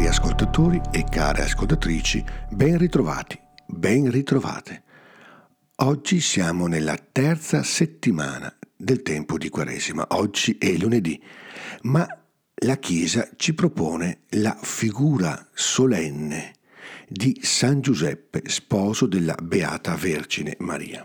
ascoltatori e care ascoltatrici, ben ritrovati, ben ritrovate. Oggi siamo nella terza settimana del tempo di Quaresima. Oggi è lunedì, ma la Chiesa ci propone la figura solenne di San Giuseppe, sposo della Beata Vergine Maria.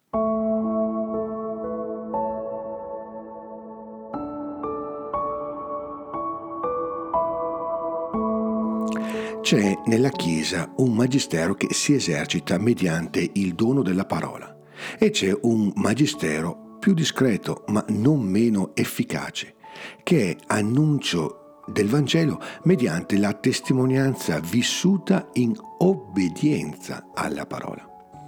C'è nella Chiesa un magistero che si esercita mediante il dono della parola e c'è un magistero più discreto ma non meno efficace, che è annuncio del Vangelo mediante la testimonianza vissuta in obbedienza alla parola.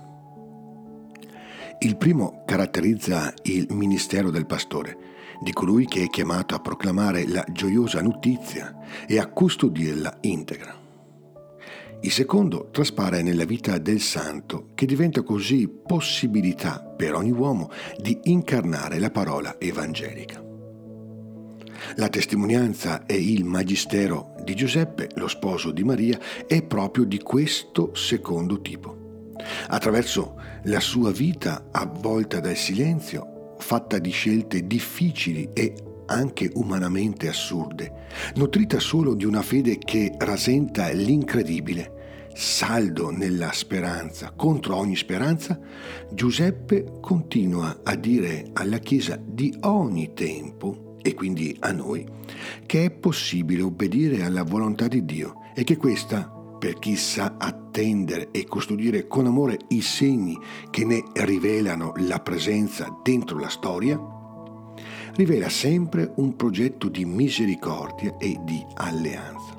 Il primo caratterizza il ministero del pastore, di colui che è chiamato a proclamare la gioiosa notizia e a custodirla integra. Il secondo traspare nella vita del santo, che diventa così possibilità per ogni uomo di incarnare la parola evangelica. La testimonianza e il magistero di Giuseppe, lo sposo di Maria, è proprio di questo secondo tipo. Attraverso la sua vita avvolta dal silenzio, fatta di scelte difficili e anche umanamente assurde, nutrita solo di una fede che rasenta l'incredibile, saldo nella speranza, contro ogni speranza, Giuseppe continua a dire alla Chiesa di ogni tempo, e quindi a noi, che è possibile obbedire alla volontà di Dio e che questa, per chi sa attendere e custodire con amore i segni che ne rivelano la presenza dentro la storia, rivela sempre un progetto di misericordia e di alleanza.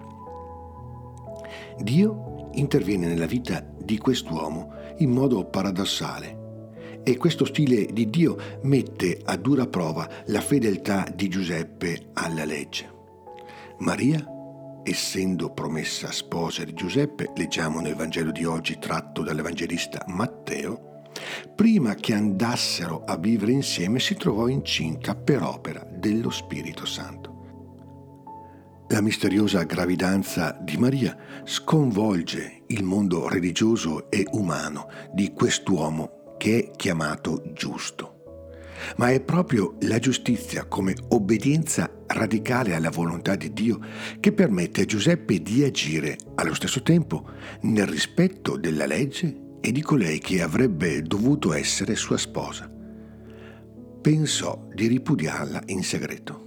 Dio interviene nella vita di quest'uomo in modo paradossale e questo stile di Dio mette a dura prova la fedeltà di Giuseppe alla legge. Maria, essendo promessa sposa di Giuseppe, leggiamo nel Vangelo di oggi tratto dall'Evangelista Matteo, prima che andassero a vivere insieme si trovò incinta per opera dello Spirito Santo. La misteriosa gravidanza di Maria sconvolge il mondo religioso e umano di quest'uomo che è chiamato giusto. Ma è proprio la giustizia come obbedienza radicale alla volontà di Dio che permette a Giuseppe di agire allo stesso tempo nel rispetto della legge e di colei che avrebbe dovuto essere sua sposa. Pensò di ripudiarla in segreto.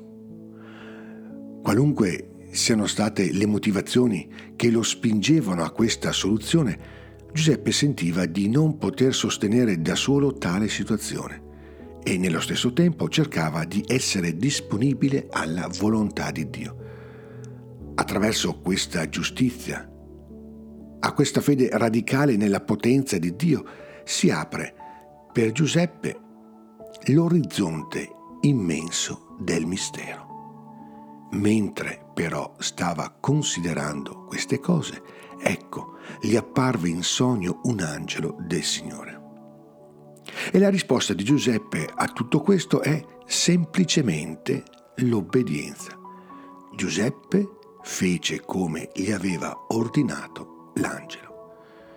Qualunque siano state le motivazioni che lo spingevano a questa soluzione, Giuseppe sentiva di non poter sostenere da solo tale situazione e nello stesso tempo cercava di essere disponibile alla volontà di Dio. Attraverso questa giustizia, a questa fede radicale nella potenza di Dio, si apre per Giuseppe l'orizzonte immenso del mistero. Mentre però stava considerando queste cose, ecco, gli apparve in sogno un angelo del Signore. E la risposta di Giuseppe a tutto questo è semplicemente l'obbedienza. Giuseppe fece come gli aveva ordinato l'angelo.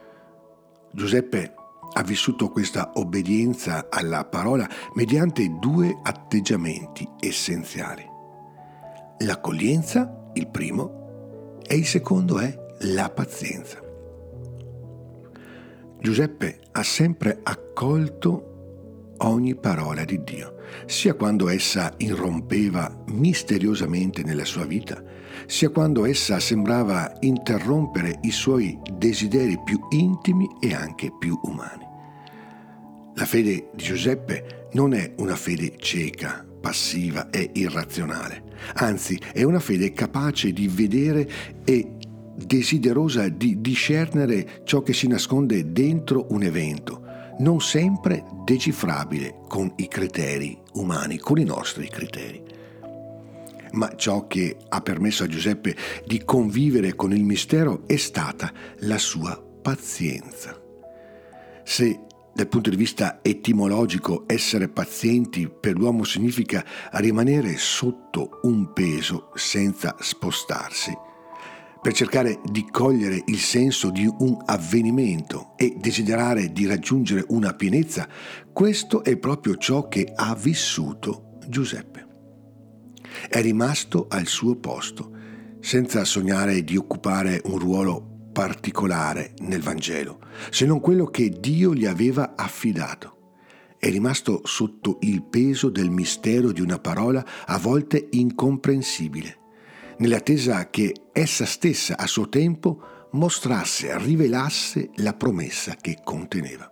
Giuseppe ha vissuto questa obbedienza alla parola mediante due atteggiamenti essenziali. L'accoglienza, il primo, e il secondo è la pazienza. Giuseppe ha sempre accolto ogni parola di Dio, sia quando essa irrompeva misteriosamente nella sua vita, sia quando essa sembrava interrompere i suoi desideri più intimi e anche più umani. La fede di Giuseppe non è una fede cieca, passiva e irrazionale, anzi è una fede capace di vedere e desiderosa di discernere ciò che si nasconde dentro un evento, non sempre decifrabile con i criteri umani, con i nostri criteri. Ma ciò che ha permesso a Giuseppe di convivere con il mistero è stata la sua pazienza. Se dal punto di vista etimologico essere pazienti per l'uomo significa rimanere sotto un peso senza spostarsi, per cercare di cogliere il senso di un avvenimento e desiderare di raggiungere una pienezza, questo è proprio ciò che ha vissuto Giuseppe. È rimasto al suo posto, senza sognare di occupare un ruolo particolare nel Vangelo, se non quello che Dio gli aveva affidato. È rimasto sotto il peso del mistero di una parola a volte incomprensibile, nell'attesa che essa stessa a suo tempo mostrasse, rivelasse la promessa che conteneva.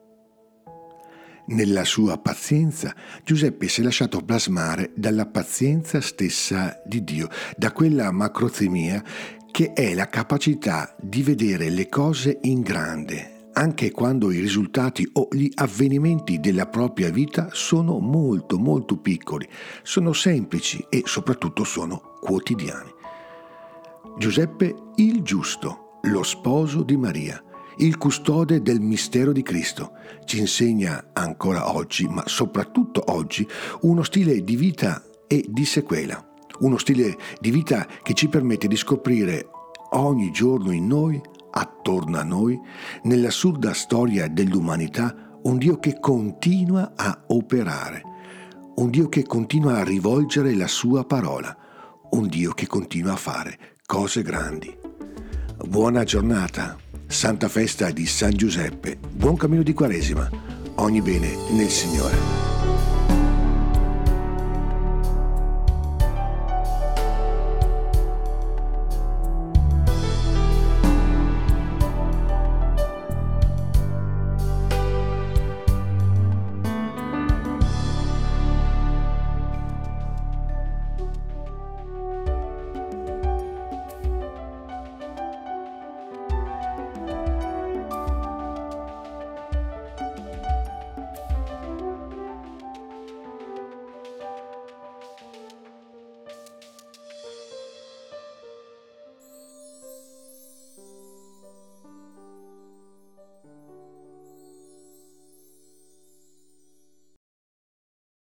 Nella sua pazienza, Giuseppe si è lasciato plasmare dalla pazienza stessa di Dio, da quella macrozemia che è la capacità di vedere le cose in grande, anche quando i risultati o gli avvenimenti della propria vita sono molto molto piccoli, sono semplici e soprattutto sono quotidiani. Giuseppe il giusto, lo sposo di Maria, il custode del mistero di Cristo, ci insegna ancora oggi, ma soprattutto oggi, uno stile di vita e di sequela, uno stile di vita che ci permette di scoprire ogni giorno in noi, attorno a noi, nell'assurda storia dell'umanità, un Dio che continua a operare, un Dio che continua a rivolgere la sua parola, un Dio che continua a fare cose grandi. Buona giornata, santa festa di San Giuseppe, buon cammino di Quaresima, ogni bene nel Signore.